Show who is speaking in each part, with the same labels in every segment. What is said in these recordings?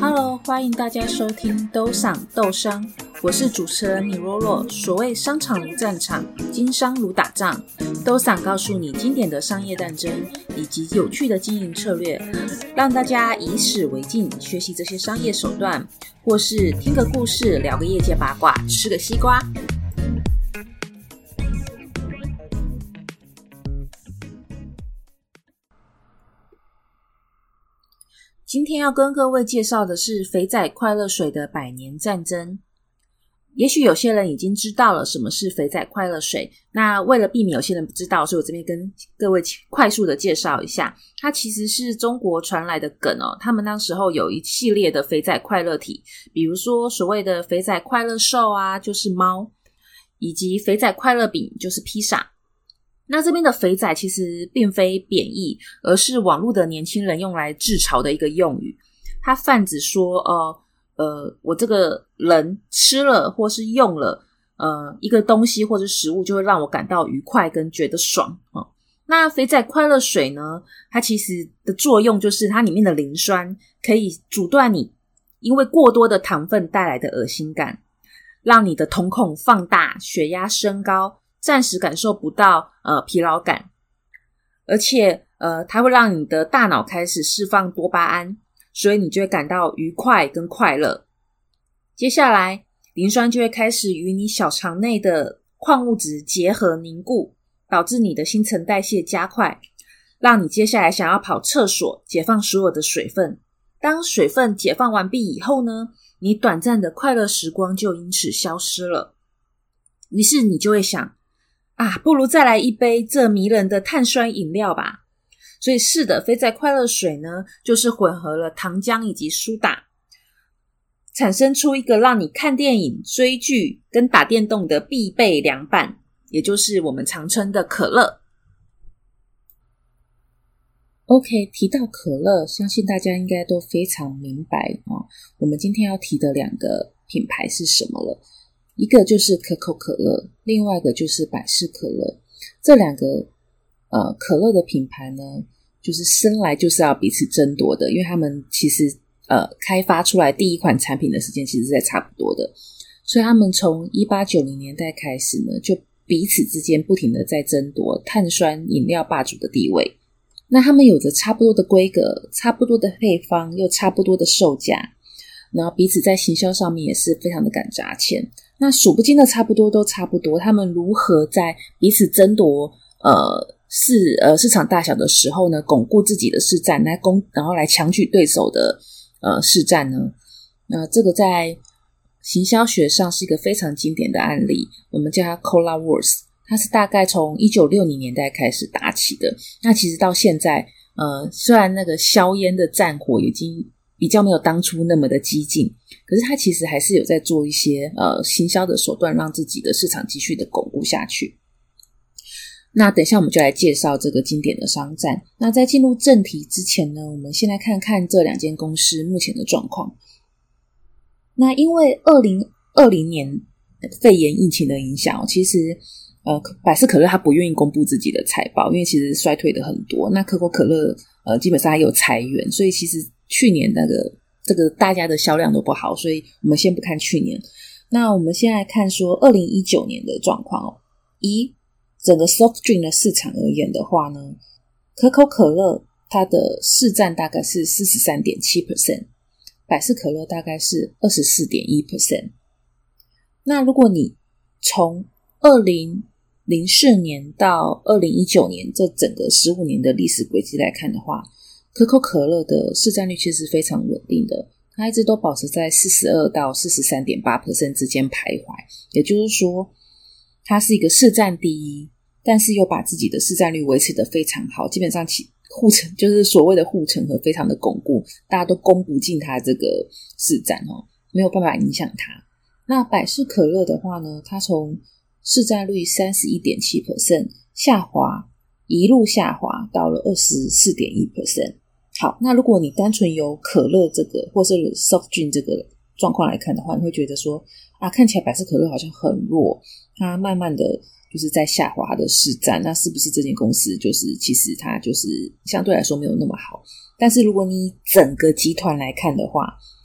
Speaker 1: Hello， 欢迎大家收听斗赏斗商，我是主持人米若若。所谓商场如战场，经商如打仗，斗赏告诉你经典的商业战争以及有趣的经营策略，让大家以史为镜，学习这些商业手段，或是听个故事，聊个业界八卦，吃个西瓜。今天要跟各位介绍的是肥仔快乐水的百年战争。也许有些人已经知道了什么是肥仔快乐水，那为了避免有些人不知道，所以我这边跟各位快速的介绍一下，它其实是中国传来的梗哦。他们那时候有一系列的肥仔快乐体，比如说所谓的肥仔快乐兽啊，就是猫，以及肥仔快乐饼，就是披萨。那这边的肥仔其实并非贬义，而是网络的年轻人用来自嘲的一个用语。他泛指说我这个人吃了或是用了一个东西或者食物，就会让我感到愉快跟觉得爽那肥仔快乐水呢，它其实的作用就是它里面的磷酸可以阻断你因为过多的糖分带来的恶心感，让你的瞳孔放大，血压升高，暂时感受不到疲劳感，而且它会让你的大脑开始释放多巴胺，所以你就会感到愉快跟快乐。接下来磷酸就会开始与你小肠内的矿物质结合凝固，导致你的新陈代谢加快，让你接下来想要跑厕所，解放所有的水分。当水分解放完毕以后呢，你短暂的快乐时光就因此消失了。于是你就会想不如再来一杯这迷人的碳酸饮料吧。所以是的，肥仔快乐水呢，就是混合了糖浆以及苏打，产生出一个让你看电影、追剧跟打电动的必备凉拌，也就是我们常称的可乐。OK， 提到可乐，相信大家应该都非常明白我们今天要提的两个品牌是什么了。一个就是可口可乐，另外一个就是百事可乐。这两个可乐的品牌呢，就是生来就是要彼此争夺的，因为他们其实开发出来第一款产品的时间其实是在差不多的，所以他们从1890年代开始呢，就彼此之间不停的在争夺碳酸饮料霸主的地位。那他们有着差不多的规格，差不多的配方，又差不多的售价，然后彼此在行销上面也是非常的敢砸钱。那数不尽的差不多都差不多，他们如何在彼此争夺市场大小的时候呢，巩固自己的市占，然后来强取对手的市占呢？那这个在行销学上是一个非常经典的案例，我们叫它 Cola Wars， 它是大概从1960年代开始打起的。那其实到现在虽然那个硝烟的战火已经比较没有当初那么的激进，可是它其实还是有在做一些行销的手段，让自己的市场继续的巩固下去。那等一下我们就来介绍这个经典的商战。那在进入正题之前呢，我们先来看看这两间公司目前的状况。那因为2020年肺炎疫情的影响，其实百事可乐它不愿意公布自己的财报，因为其实衰退的很多。那可口可乐基本上还有裁员，所以其实去年这个大家的销量都不好，所以我们先不看去年。那我们先来看说2019年的状况以整个 soft drink 的市场而言的话呢，可口可乐它的市占大概是 43.7%， 百事可乐大概是 24.1%。 那如果你从2004年到2019年这整个15年的历史轨迹来看的话，可口可乐的市占率其实非常稳定的，它一直都保持在42到 43.8% 之间徘徊，也就是说它是一个市占第一，但是又把自己的市占率维持得非常好，基本上护城就是所谓的护城河非常的巩固，大家都攻不进它这个市占没有办法影响它。那百事可乐的话呢，它从市占率 31.7% 一路下滑到了 24.1%。 好，那如果你单纯由可乐这个或是 soft drink 这个状况来看的话，你会觉得说看起来百事可乐好像很弱，它慢慢的就是在下滑它的市占，那是不是这间公司就是其实它就是相对来说没有那么好？但是如果你整个集团来看的话，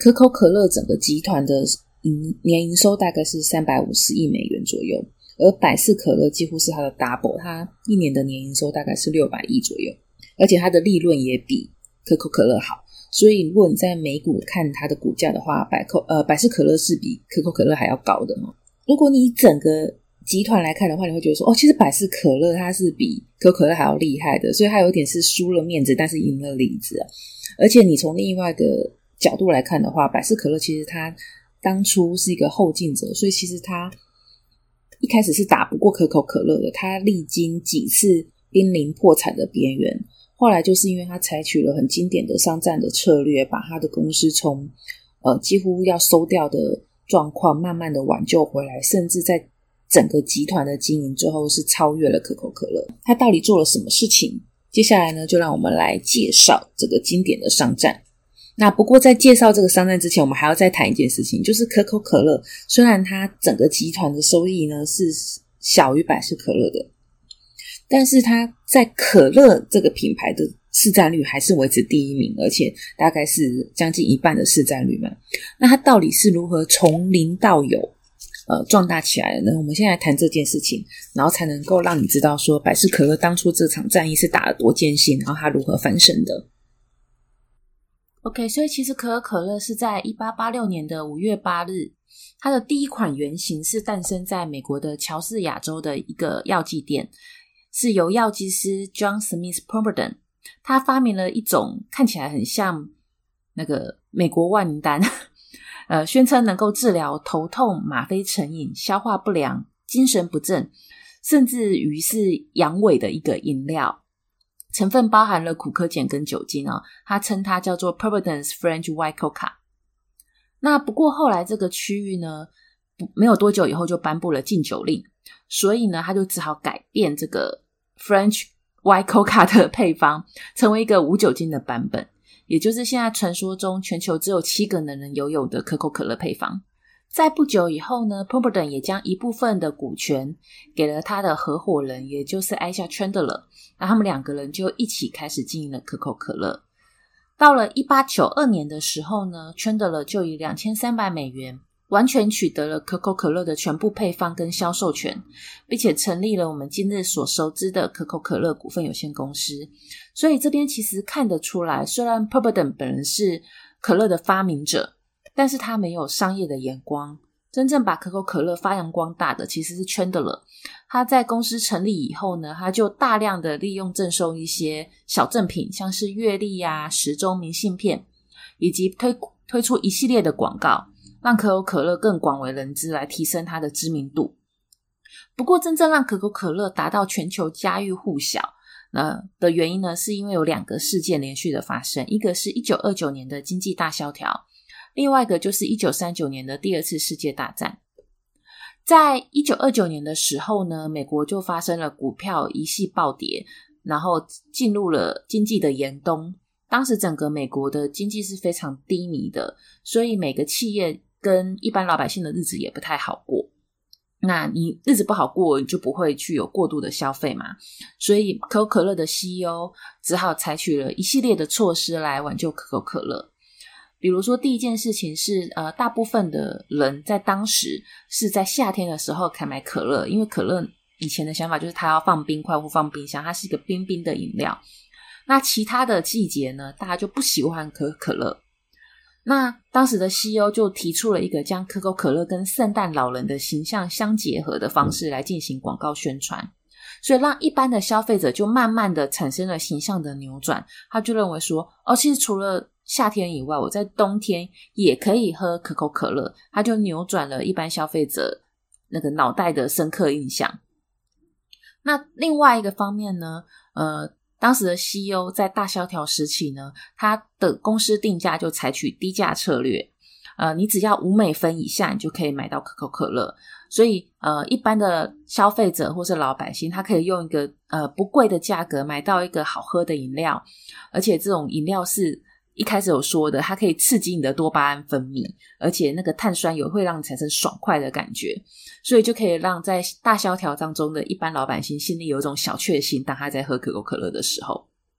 Speaker 1: 可口可乐整个集团的年营收大概是350亿美元左右，而百事可乐几乎是它的 double， 它一年的年营收大概是600亿左右，而且它的利润也比可口可乐好。所以如果你在美股看它的股价的话，百事可乐是比可口可乐还要高的。如果你整个集团来看的话，你会觉得说其实百事可乐它是比可口可乐还要厉害的，所以它有点是输了面子但是赢了里子啊。而且你从另外一个角度来看的话，百事可乐其实它当初是一个后进者，所以其实它一开始是打不过可口可乐的，它历经几次濒临破产的边缘，后来就是因为他采取了很经典的商战的策略，把他的公司从几乎要收掉的状况慢慢的挽救回来，甚至在整个集团的经营最后是超越了可口可乐。他到底做了什么事情？接下来呢，就让我们来介绍这个经典的商战。那不过在介绍这个商战之前，我们还要再谈一件事情，就是可口可乐虽然它整个集团的收益呢是小于百事可乐的，但是它在可乐这个品牌的市占率还是维持第一名，而且大概是将近一半的市占率嘛。那它到底是如何从零到有壮大起来的呢？我们现在来谈这件事情，然后才能够让你知道说百事可乐当初这场战役是打得多艰辛，然后它如何翻身的。OK， 所以其实可口可乐是在1886年的5月8日，它的第一款原型是诞生在美国的乔治亚州的一个药剂店，是由药剂师 John Smith Purberdon， 他发明了一种看起来很像那个美国万灵丹宣称能够治疗头痛、吗啡成瘾、消化不良、精神不振，甚至于是阳痿的一个饮料。成分包含了苦科碱跟酒精他称它叫做 Purberdon's French White Coca。 那不过后来这个区域呢，没有多久以后就颁布了禁酒令，所以呢他就只好改变这个 French White Coca 的配方，成为一个无酒精的版本，也就是现在传说中全球只有7个人拥有的可口可乐配方。在不久以后呢， Purberdon 也将一部分的股权给了他的合伙人，也就是艾夏 Chandler， 那他们2个人就一起开始经营了可口可乐。到了1892年的时候呢， Chandler 就以2300美元完全取得了可口可乐的全部配方跟销售权，并且成立了我们今日所熟知的可口可乐股份有限公司。所以这边其实看得出来，虽然 Purberdon 本人是可乐的发明者，但是他没有商业的眼光，真正把可口可乐发扬光大的其实是 Chandler。 他在公司成立以后呢，他就大量的利用赠送一些小赠品，像是月历啊、时钟、明信片，以及推出一系列的广告，让可口可乐更广为人知，来提升它的知名度。不过真正让可口可乐达到全球家喻户晓的原因呢，是因为有2个事件连续的发生，一个是1929年的经济大萧条，另外一个就是1939年的第2次世界大战。在1929年的时候呢，美国就发生了股票一系暴跌，然后进入了经济的严冬。当时整个美国的经济是非常低迷的，所以每个企业跟一般老百姓的日子也不太好过。那你日子不好过，你就不会去有过度的消费嘛，所以可口可乐的 CEO 只好采取了一系列的措施来挽救可口可乐。比如说第一件事情是大部分的人在当时是在夏天的时候才买可乐，因为可乐以前的想法就是它要放冰块或放冰箱，它是一个冰冰的饮料。那其他的季节呢，大家就不喜欢可口可乐。那当时的 CEO 就提出了一个将可口可乐跟圣诞老人的形象相结合的方式来进行广告宣传，所以让一般的消费者就慢慢的产生了形象的扭转。他就认为说其实除了夏天以外，我在冬天也可以喝可口可乐，他就扭转了一般消费者那个脑袋的深刻印象。那另外一个方面呢，当时的 CEO 在大萧条时期呢，他的公司定价就采取低价策略，你只要5美分以下，你就可以买到可口可乐。所以一般的消费者或是老百姓，他可以用一个不贵的价格买到一个好喝的饮料，而且这种饮料是一开始有说的，它可以刺激你的多巴胺分泌，而且那个碳酸油会让你产生爽快的感觉，所以就可以让在大萧条当中的一般老百姓心里有一种小确幸，当他在喝可口可乐的时候。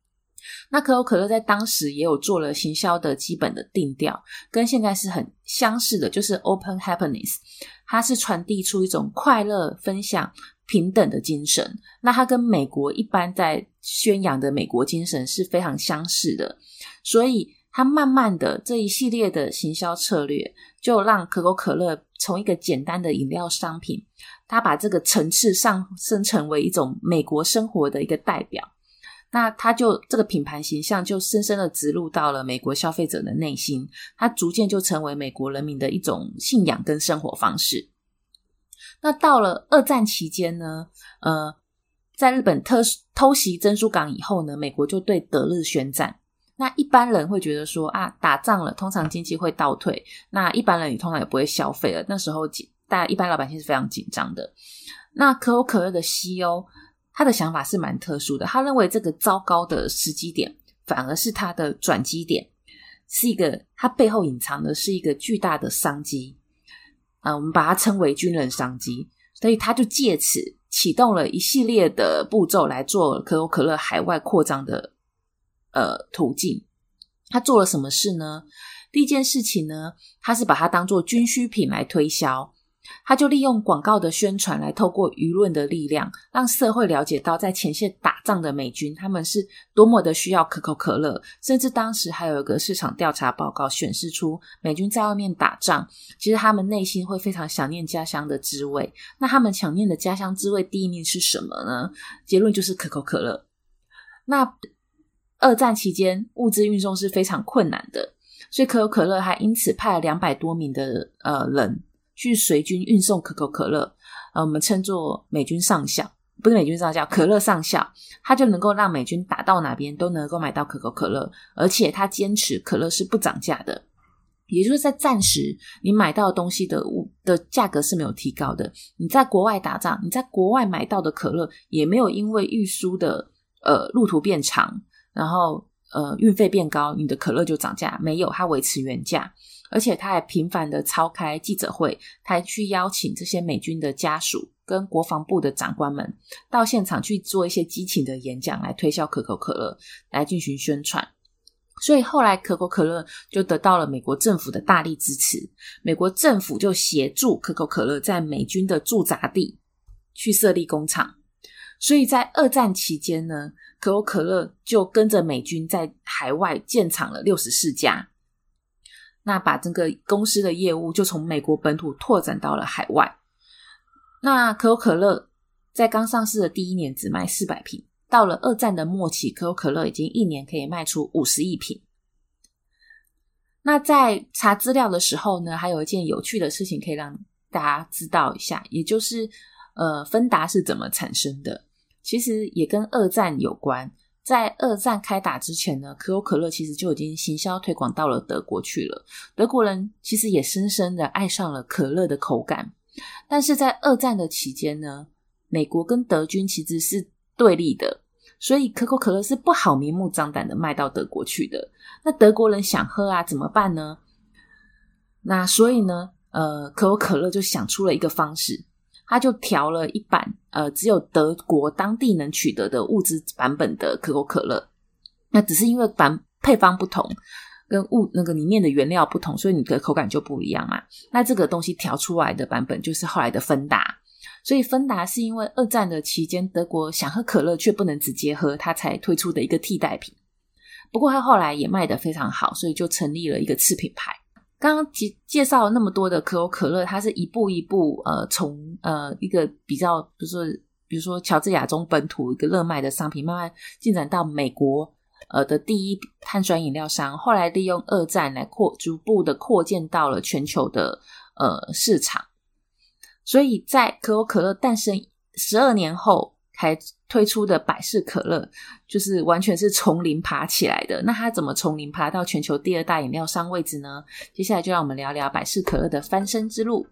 Speaker 1: 那可口可乐在当时也有做了行销的基本的定调，跟现在是很相似的，就是 Open Happiness， 它是传递出一种快乐、分享、平等的精神。那它跟美国一般在宣扬的美国精神是非常相似的，所以它慢慢的这一系列的行销策略就让可口可乐从一个简单的饮料商品，它把这个层次上升成为一种美国生活的一个代表。那它就这个品牌形象就深深的植入到了美国消费者的内心，它逐渐就成为美国人民的一种信仰跟生活方式。那到了二战期间呢，在日本偷袭珍珠港以后呢，美国就对德日宣战。那一般人会觉得说打仗了，通常经济会倒退，那一般人也通常也不会消费了，那时候大家一般老百姓是非常紧张的。那可口可乐的 CEO他的想法是蛮特殊的，他认为这个糟糕的时机点反而是他的转机点，是一个他背后隐藏的是一个巨大的商机，我们把它称为军人商机。所以他就借此启动了一系列的步骤来做可口可乐海外扩张的途径。他做了什么事呢？第一件事情呢，他是把它当作军需品来推销。他就利用广告的宣传来透过舆论的力量，让社会了解到在前线打仗的美军他们是多么的需要可口可乐。甚至当时还有一个市场调查报告显示出，美军在外面打仗，其实他们内心会非常想念家乡的滋味。那他们想念的家乡滋味第一名是什么呢？结论就是可口可乐。那二战期间物资运送是非常困难的，所以可口可乐还因此派了200多名的人去随军运送可口可乐，我们称作美军上校，不是美军上校，可乐上校。他就能够让美军打到哪边都能够买到可口可乐，而且他坚持可乐是不涨价的，也就是在战时你买到的东西的价格是没有提高的。你在国外打仗，你在国外买到的可乐也没有因为运输的路途变长，然后运费变高，你的可乐就涨价，没有，它维持原价。而且他还频繁的召开记者会，他还去邀请这些美军的家属跟国防部的长官们到现场去做一些激情的演讲，来推销可口可乐，来进行宣传。所以后来可口可乐就得到了美国政府的大力支持，美国政府就协助可口可乐在美军的驻扎地去设立工厂。所以在二战期间呢，可口可乐就跟着美军在海外建厂了64家，那把整个公司的业务就从美国本土拓展到了海外。那可口可乐在刚上市的第一年只卖400瓶，到了二战的末期，可口可乐已经一年可以卖出50亿瓶。那在查资料的时候呢，还有一件有趣的事情可以让大家知道一下，也就是芬达是怎么产生的。其实也跟二战有关。在二战开打之前呢，可口可乐其实就已经行销推广到了德国去了，德国人其实也深深的爱上了可乐的口感。但是在二战的期间呢，美国跟德军其实是对立的，所以可口可乐是不好明目张胆的卖到德国去的。那德国人想喝怎么办呢？那所以呢可口可乐就想出了一个方式，他就调了一版只有德国当地能取得的物质版本的可口可乐。那只是因为配方不同，跟那个里面的原料不同，所以你的口感就不一样嘛。那这个东西调出来的版本就是后来的芬达。所以芬达是因为二战的期间德国想喝可乐却不能直接喝，它才推出的一个替代品。不过它后来也卖得非常好，所以就成立了一个次品牌。刚刚介绍了那么多的可口可乐，它是一步一步从一个比较比如说乔治亚州本土一个热卖的商品，慢慢进展到美国的第一碳酸饮料商，后来利用二战来逐步的扩建到了全球的市场。所以在可口可乐诞生12年后才推出的百事可乐，就是完全是从零爬起来的。那它怎么从零爬到全球第2大饮料商位置呢？接下来就让我们聊聊百事可乐的翻身之路。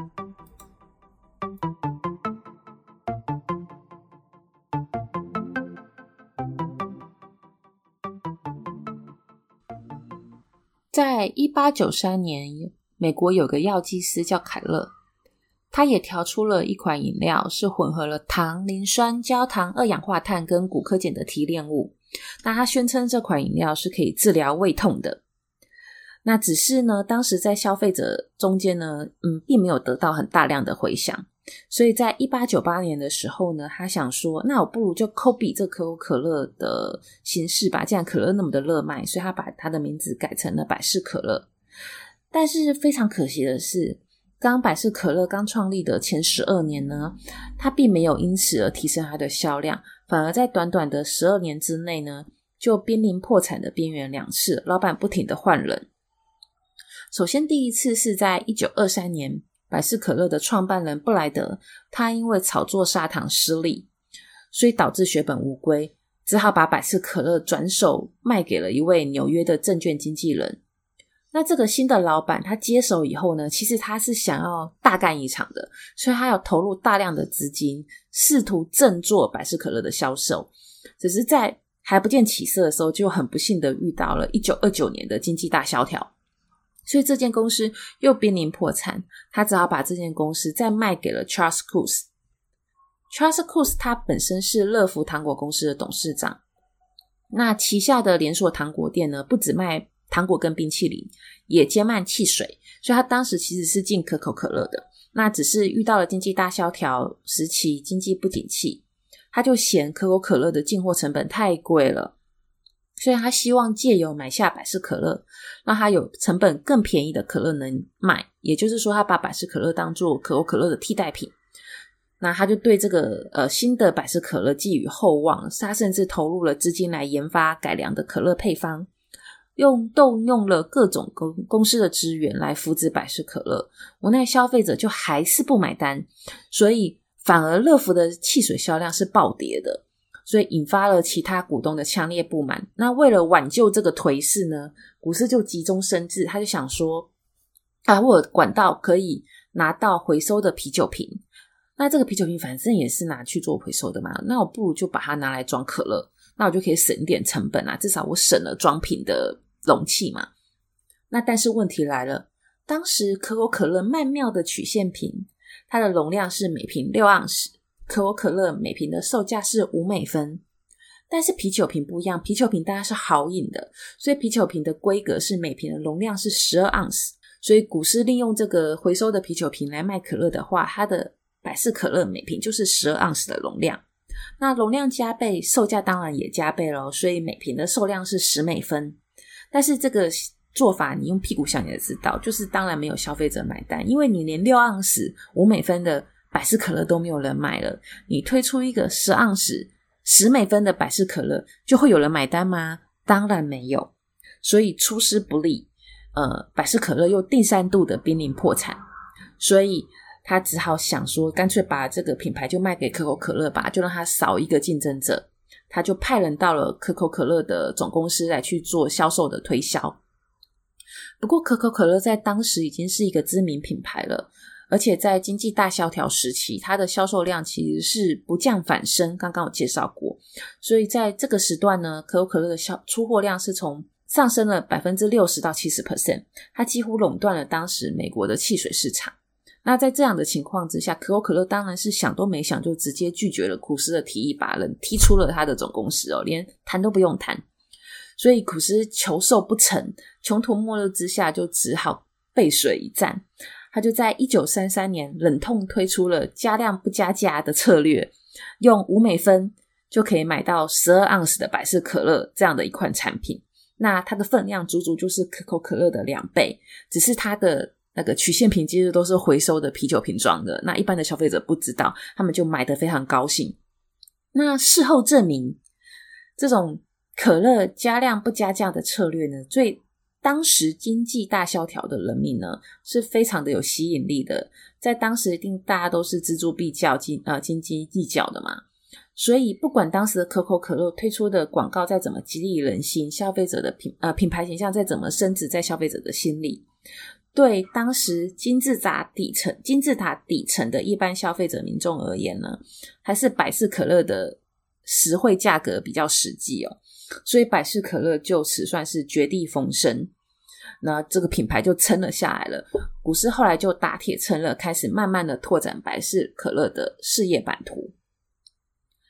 Speaker 1: 在1893年，美国有个药剂师叫凯勒，他也调出了一款饮料，是混合了糖、磷酸、焦糖、二氧化碳跟古柯碱的提炼物， 那他宣称这款饮料是可以治疗胃痛的。那只是呢，当时在消费者中间呢，并没有得到很大量的回响。所以在1898年的时候呢，他想说，那我不如就 copy 这可口可乐的形式吧，既然可乐那么的热卖，所以他把他的名字改成了百事可乐。但是非常可惜的是，刚百事可乐刚创立的前12年呢，它并没有因此而提升它的销量，反而在短短的12年之内呢，就濒临破产的边缘2次，老板不停的换人。首先第一次是在1923年，百事可乐的创办人布莱德，他因为炒作砂糖失利，所以导致血本无归，只好把百事可乐转手卖给了一位纽约的证券经纪人。那这个新的老板他接手以后呢，其实他是想要大干一场的，所以他要投入大量的资金，试图振作百事可乐的销售。只是在还不见起色的时候，就很不幸的遇到了1929年的经济大萧条，所以这间公司又濒临破产，他只好把这间公司再卖给了 Charles Coos。Charles Coos 他本身是乐福糖果公司的董事长，那旗下的连锁糖果店呢，不只卖糖果跟冰淇淋，也兼卖汽水，所以他当时其实是进可口可乐的。那只是遇到了经济大萧条时期，经济不景气，他就嫌可口可乐的进货成本太贵了，所以他希望借由买下百事可乐，让他有成本更便宜的可乐能卖，也就是说他把百事可乐当作可口可乐的替代品。那他就对这个新的百事可乐寄予厚望，他甚至投入了资金来研发改良的可乐配方，动用了各种公司的资源来扶植百事可乐，无奈消费者就还是不买单，所以反而乐福的汽水销量是暴跌的，所以引发了其他股东的强烈不满。那为了挽救这个颓势呢，股市就急中生智，他就想说我有管道可以拿到回收的啤酒瓶，那这个啤酒瓶反正也是拿去做回收的嘛，那我不如就把它拿来装可乐，那我就可以省一点成本啊，至少我省了装瓶的容器嘛。那但是问题来了，当时可口可乐曼妙的曲线瓶，它的容量是每瓶6盎司，可口可乐每瓶的售价是5美分。但是啤酒瓶不一样，啤酒瓶大家是好饮的，所以啤酒瓶的规格是每瓶的容量是12盎司，所以股市利用这个回收的啤酒瓶来卖可乐的话，它的百事可乐每瓶就是12盎司的容量。那容量加倍，售价当然也加倍咯，所以每瓶的售量是10美分。但是这个做法你用屁股想也知道，就是当然没有消费者买单，因为你连6盎司5美分的百事可乐都没有人买了，你推出一个10盎司10美分的百事可乐，就会有人买单吗？当然没有。所以出师不利，百事可乐又第3度的濒临破产，所以他只好想说，干脆把这个品牌就卖给可口可乐吧，就让他少一个竞争者。他就派人到了可口可乐的总公司来去做销售的推销。不过可口可乐在当时已经是一个知名品牌了，而且在经济大萧条时期，它的销售量其实是不降反升，刚刚有介绍过。所以在这个时段呢，可口可乐的出货量是从上升了 60% 到 70%， 它几乎垄断了当时美国的汽水市场。那在这样的情况之下，可口可乐当然是想都没想就直接拒绝了苦斯的提议，把人踢出了他的总公司连谈都不用谈。所以苦斯求售不成，穷途末路之下就只好背水一战。他就在1933年忍痛推出了加量不加价的策略，用5美分就可以买到12盎司的百事可乐这样的一款产品。那它的分量足足就是可口可乐的2倍，只是它的那个曲线瓶其实都是回收的啤酒瓶装的，那一般的消费者不知道，他们就买得非常高兴。那事后证明，这种可乐加量不加价的策略呢，对当时经济大萧条的人民呢是非常的有吸引力的。在当时一定大家都是锱铢必较，斤斤计较的嘛，所以不管当时的可口可乐推出的广告再怎么激励人心，消费者的品牌形象再怎么升值在消费者的心里，对当时金字塔底层的一般消费者民众而言呢，还是百事可乐的实惠价格比较实际哦。所以百事可乐就此算是绝地逢生，那这个品牌就撑了下来了。股市后来就打铁趁热，开始慢慢的拓展百事可乐的事业版图。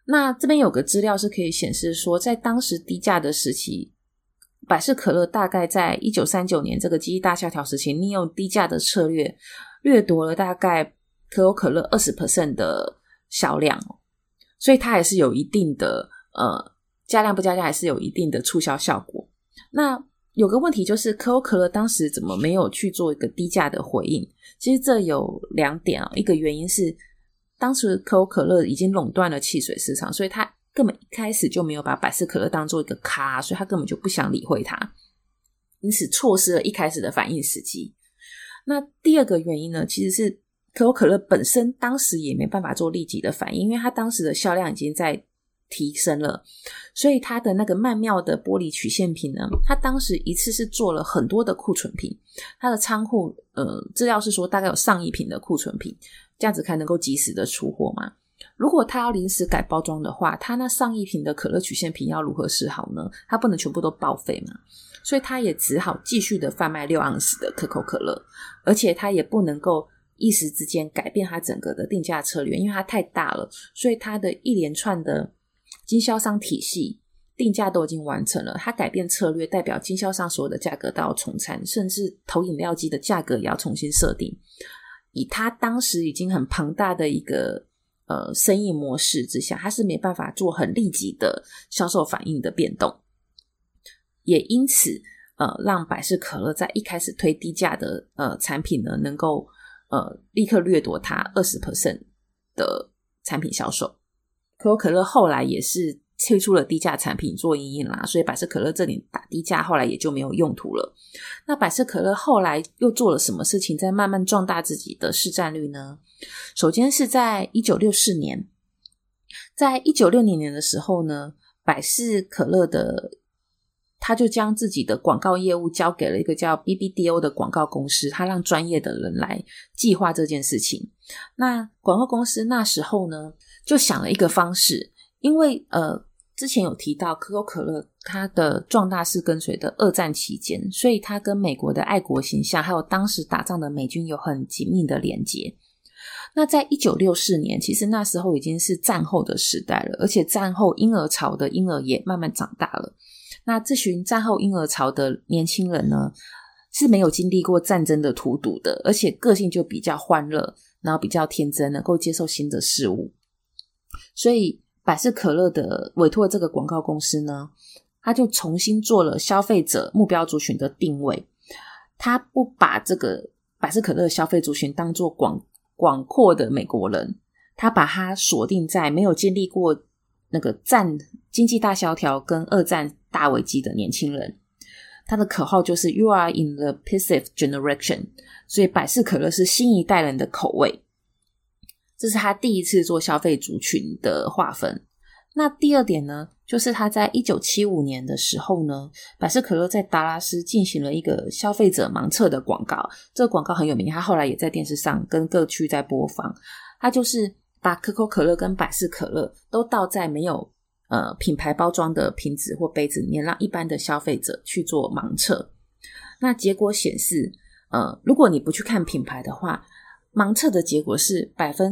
Speaker 1: 那这边有个资料是可以显示说，在当时低价的时期，百事可乐大概在1939年这个经济大萧条时期，利用低价的策略掠夺了大概可口可乐 20% 的销量，所以它还是有一定的加量不加价还是有一定的促销效果。那有个问题就是可口可乐当时怎么没有去做一个低价的回应？其实这有2点一个原因是当时可口可乐已经垄断了汽水市场，所以它根本一开始就没有把百事可乐当做一个咖，所以他根本就不想理会它，因此错失了一开始的反应时机。那第二个原因呢，其实是可口可乐本身当时也没办法做立即的反应，因为它当时的销量已经在提升了，所以它的那个曼妙的玻璃曲线瓶呢，它当时一次是做了很多的库存瓶，它的仓库资料是说大概有上亿瓶的库存瓶，这样子才能够及时的出货嘛。如果它要临时改包装的话，它那上亿瓶的可乐曲线瓶要如何是好呢？它不能全部都报废嘛，所以它也只好继续的贩卖6盎司的可口可乐，而且它也不能够一时之间改变它整个的定价策略，因为它太大了，所以它的一连串的经销商体系定价都已经完成了，它改变策略代表经销商所有的价格都要重参，甚至投饮料机的价格也要重新设定。以它当时已经很庞大的一个生意模式之下，它是没办法做很立即的销售反应的变动，也因此让百事可乐在一开始推低价的产品呢，能够立刻掠夺它 20% 的产品销售。可口可乐后来也是推出了低价产品做因应啦，所以百事可乐这里打低价后来也就没有用途了。那百事可乐后来又做了什么事情在慢慢壮大自己的市占率呢？首先是在1964年，在1960年的时候呢，百事可乐的他就将自己的广告业务交给了一个叫 BBDO 的广告公司，他让专业的人来计划这件事情。那广告公司那时候呢就想了一个方式，因为之前有提到可口可乐它的壮大是跟随的二战期间，所以它跟美国的爱国形象还有当时打仗的美军有很紧密的连结。那在1964年，其实那时候已经是战后的时代了，而且战后婴儿潮的婴儿也慢慢长大了。那这群战后婴儿潮的年轻人呢，是没有经历过战争的荼毒的，而且个性就比较欢乐，然后比较天真，能够接受新的事物。所以百事可乐的委托这个广告公司呢，他就重新做了消费者目标族群的定位，他不把这个百事可乐的消费族群当作广阔的美国人，他把它锁定在没有经历过那个经济大萧条跟二战大危机的年轻人。他的口号就是 You are in the passive generation， 所以百事可乐是新一代人的口味，这是他第一次做消费族群的划分。那第二点呢，就是他在1975年的时候呢，百事可乐在达拉斯进行了一个消费者盲测的广告，这个广告很有名，他后来也在电视上跟各区在播放。他就是把可口可乐跟百事可乐都倒在没有品牌包装的瓶子或杯子里面，让一般的消费者去做盲测。那结果显示如果你不去看品牌的话，盲测的结果是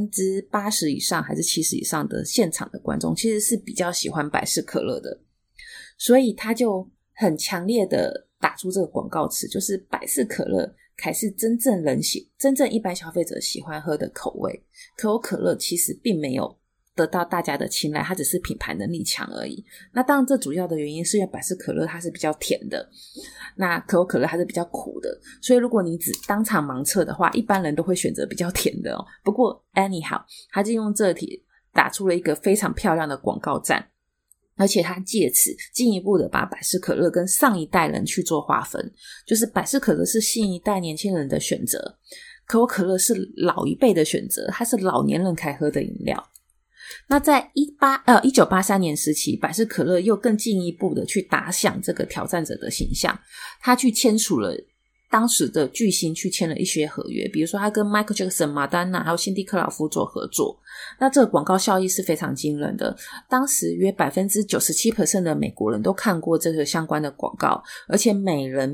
Speaker 1: 80% 以上还是70%以上的现场的观众其实是比较喜欢百事可乐的，所以他就很强烈的打出这个广告词，就是百事可乐才是真正一般消费者喜欢喝的口味，可口可乐其实并没有得到大家的青睐，它只是品牌能力强而已。那当然这主要的原因是因为百事可乐它是比较甜的，那可口可乐它是比较苦的，所以如果你只当场盲测的话，一般人都会选择比较甜的哦。不过 anyhow 他就用这题打出了一个非常漂亮的广告战，而且他借此进一步的把百事可乐跟上一代人去做划分，就是百事可乐是新一代年轻人的选择，可口可乐是老一辈的选择，它是老年人才喝的饮料。那在1983年时期，百事可乐又更进一步的去打响这个挑战者的形象，他去签署了当时的巨星去签了一些合约，比如说他跟 Michael Jackson、马丹娜还有辛迪克劳夫做合作，那这个广告效益是非常惊人的，当时约 97% 的美国人都看过这个相关的广告，而且每人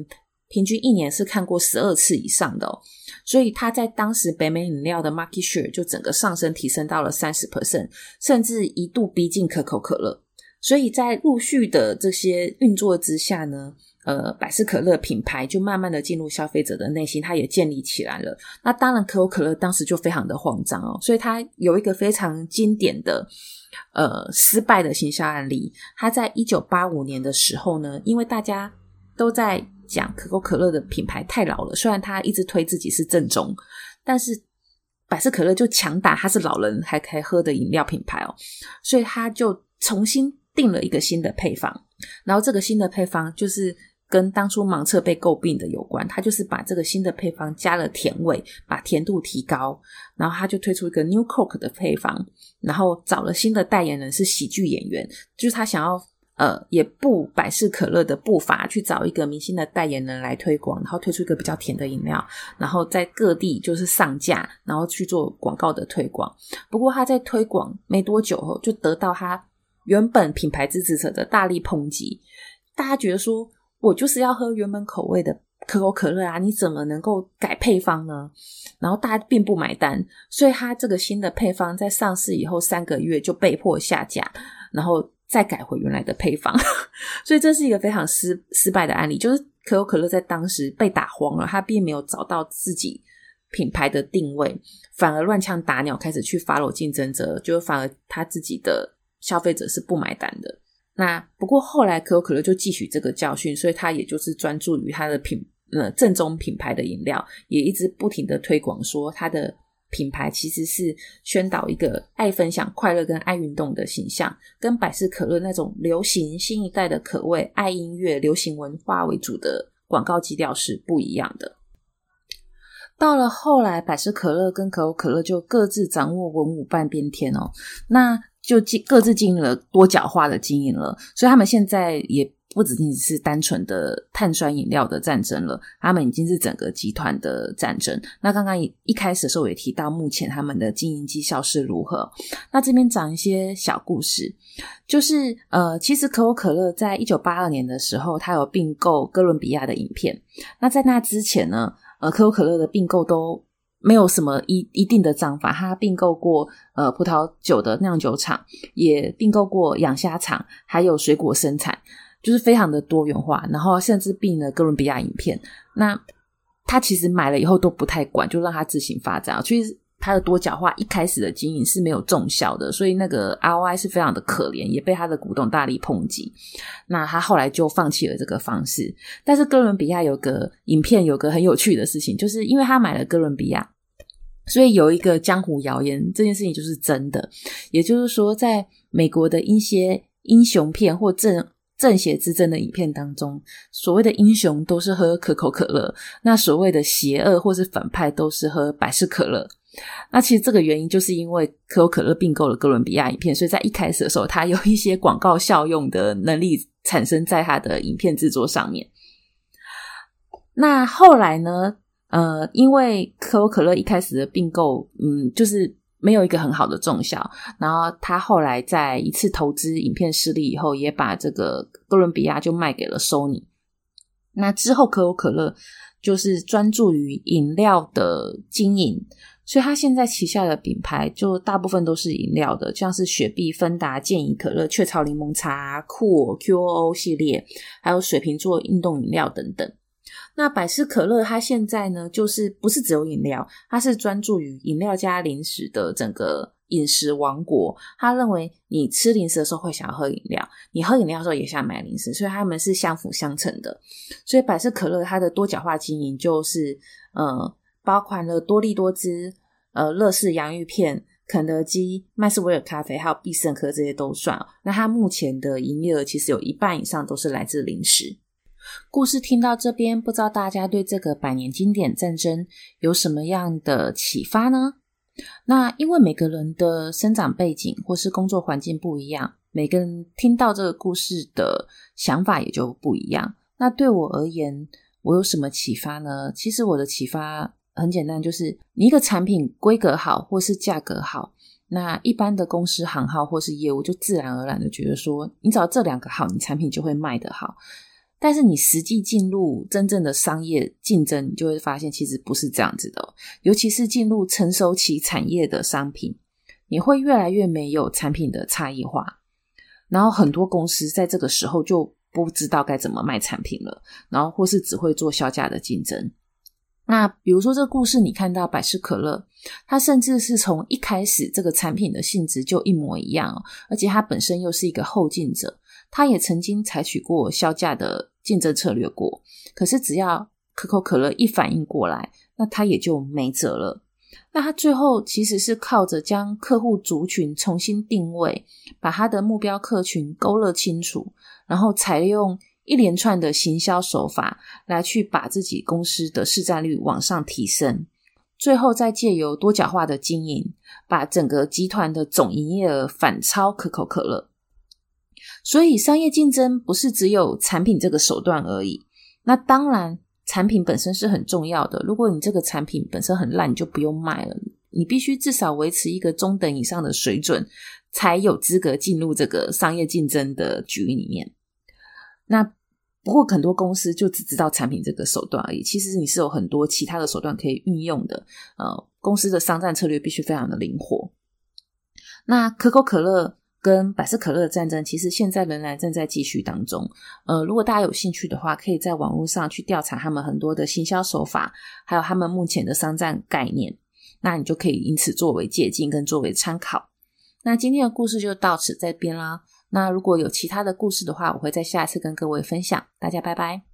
Speaker 1: 平均一年是看过12次以上的所以它在当时北美饮料的 market share 就整个上升提升到了 30%， 甚至一度逼近可口可乐。所以在陆续的这些运作之下呢，百事可乐品牌就慢慢的进入消费者的内心，它也建立起来了。那当然可口可乐当时就非常的慌张所以它有一个非常经典的失败的行销案例。它在1985年的时候呢，因为大家都在讲可口可乐的品牌太老了，虽然它一直推自己是正宗，但是百事可乐就强打它是老人还可以喝的饮料品牌所以它就重新定了一个新的配方。然后这个新的配方就是跟当初盲测被诟病的有关，它就是把这个新的配方加了甜味，把甜度提高，然后它就推出一个 New Coke 的配方，然后找了新的代言人是喜剧演员，就是他想要也步百事可乐的步伐，去找一个明星的代言人来推广，然后推出一个比较甜的饮料，然后在各地就是上架，然后去做广告的推广。不过他在推广没多久后就得到他原本品牌支持者的大力抨击，大家觉得说我就是要喝原本口味的可口可乐啊，你怎么能够改配方呢？然后大家并不买单，所以他这个新的配方在上市以后3个月就被迫下架，然后再改回原来的配方所以这是一个非常失败的案例，就是可口可乐在当时被打慌了，他并没有找到自己品牌的定位，反而乱枪打鸟开始去 follow 竞争者，就反而他自己的消费者是不买单的。那不过后来可口可乐就汲取这个教训，所以他也就是专注于他的正宗品牌的饮料，也一直不停的推广说他的品牌其实是宣导一个爱分享、快乐跟爱运动的形象，跟百事可乐那种流行新一代的口味、爱音乐、流行文化为主的广告基调是不一样的。到了后来百事可乐跟可口可乐就各自掌握文武半边天那就各自经营了多角化的经营了，所以他们现在也不仅仅是单纯的碳酸饮料的战争了，他们已经是整个集团的战争。那刚刚一开始的时候也提到目前他们的经营绩效是如何，那这边讲一些小故事，就是其实可口可乐在1982年的时候它有并购哥伦比亚的饮片，那在那之前呢可口可乐的并购都没有什么一定的章法，他并购过葡萄酒的酿酒厂，也并购过养虾场，还有水果生产，就是非常的多元化，然后甚至并了哥伦比亚饮片。那他其实买了以后都不太管，就让他自行发展，其实他的多角化一开始的经营是没有重效的，所以那个 ROI 是非常的可怜，也被他的股东大力抨击。那他后来就放弃了这个方式。但是哥伦比亚有个影片有个很有趣的事情，就是因为他买了哥伦比亚，所以有一个江湖谣言，这件事情就是真的，也就是说在美国的一些英雄片或正邪之争的影片当中，所谓的英雄都是喝可口可乐，那所谓的邪恶或是反派都是喝百事可乐。那其实这个原因就是因为可口可乐并购了哥伦比亚影片，所以在一开始的时候它有一些广告效用的能力产生在它的影片制作上面。那后来呢因为可口可乐一开始的并购就是没有一个很好的重效，然后他后来在一次投资影片失利以后，也把这个哥伦比亚就卖给了 Sony。 那之后可口可乐就是专注于饮料的经营，所以他现在旗下的品牌就大部分都是饮料的，像是雪碧、芬达、健怡可乐、雀巢柠檬茶、酷我 QOO 系列，还有水瓶座运动饮料等等。那百事可乐它现在呢就是不是只有饮料，它是专注于饮料加零食的整个饮食王国。他认为你吃零食的时候会想要喝饮料，你喝饮料的时候也想买零食，所以他们是相辅相成的。所以百事可乐它的多角化经营就是包含了多力多滋、乐事洋芋片、肯德基、麦斯威尔咖啡还有必胜客，这些都算那它目前的营业额其实有一半以上都是来自零食。故事听到这边，不知道大家对这个100年经典战争有什么样的启发呢？那因为每个人的生长背景或是工作环境不一样，每个人听到这个故事的想法也就不一样。那对我而言，我有什么启发呢？其实我的启发很简单，就是你一个产品规格好或是价格好，那一般的公司行号或是业务就自然而然的觉得说，你只要这两个好，你产品就会卖得好。 但是你实际进入真正的商业竞争，你就会发现其实不是这样子的哦。尤其是进入成熟期产业的商品，你会越来越没有产品的差异化，然后很多公司在这个时候就不知道该怎么卖产品了，然后或是只会做销价的竞争。那比如说这个故事你看到百事可乐，它甚至是从一开始这个产品的性质就一模一样哦，而且它本身又是一个后进者，它也曾经采取过销价的竞争策略过，可是只要可口可乐一反应过来，那它也就没辙了。那它最后其实是靠着将客户族群重新定位，把它的目标客群勾勒清楚，然后采用一连串的行销手法来去把自己公司的市占率往上提升，最后再借由多角化的经营，把整个集团的总营业额反超可口可乐。所以商业竞争不是只有产品这个手段而已，那当然产品本身是很重要的，如果你这个产品本身很烂，你就不用卖了，你必须至少维持一个中等以上的水准，才有资格进入这个商业竞争的局里面。那不过很多公司就只知道产品这个手段而已，其实你是有很多其他的手段可以运用的，公司的商战策略必须非常的灵活。那可口可乐跟百事可乐的战争其实现在仍然正在继续当中，如果大家有兴趣的话，可以在网络上去调查他们很多的行销手法，还有他们目前的商战概念，那你就可以因此作为借鉴跟作为参考。那今天的故事就到此这边啦，那如果有其他的故事的话，我会在下次跟各位分享，大家拜拜。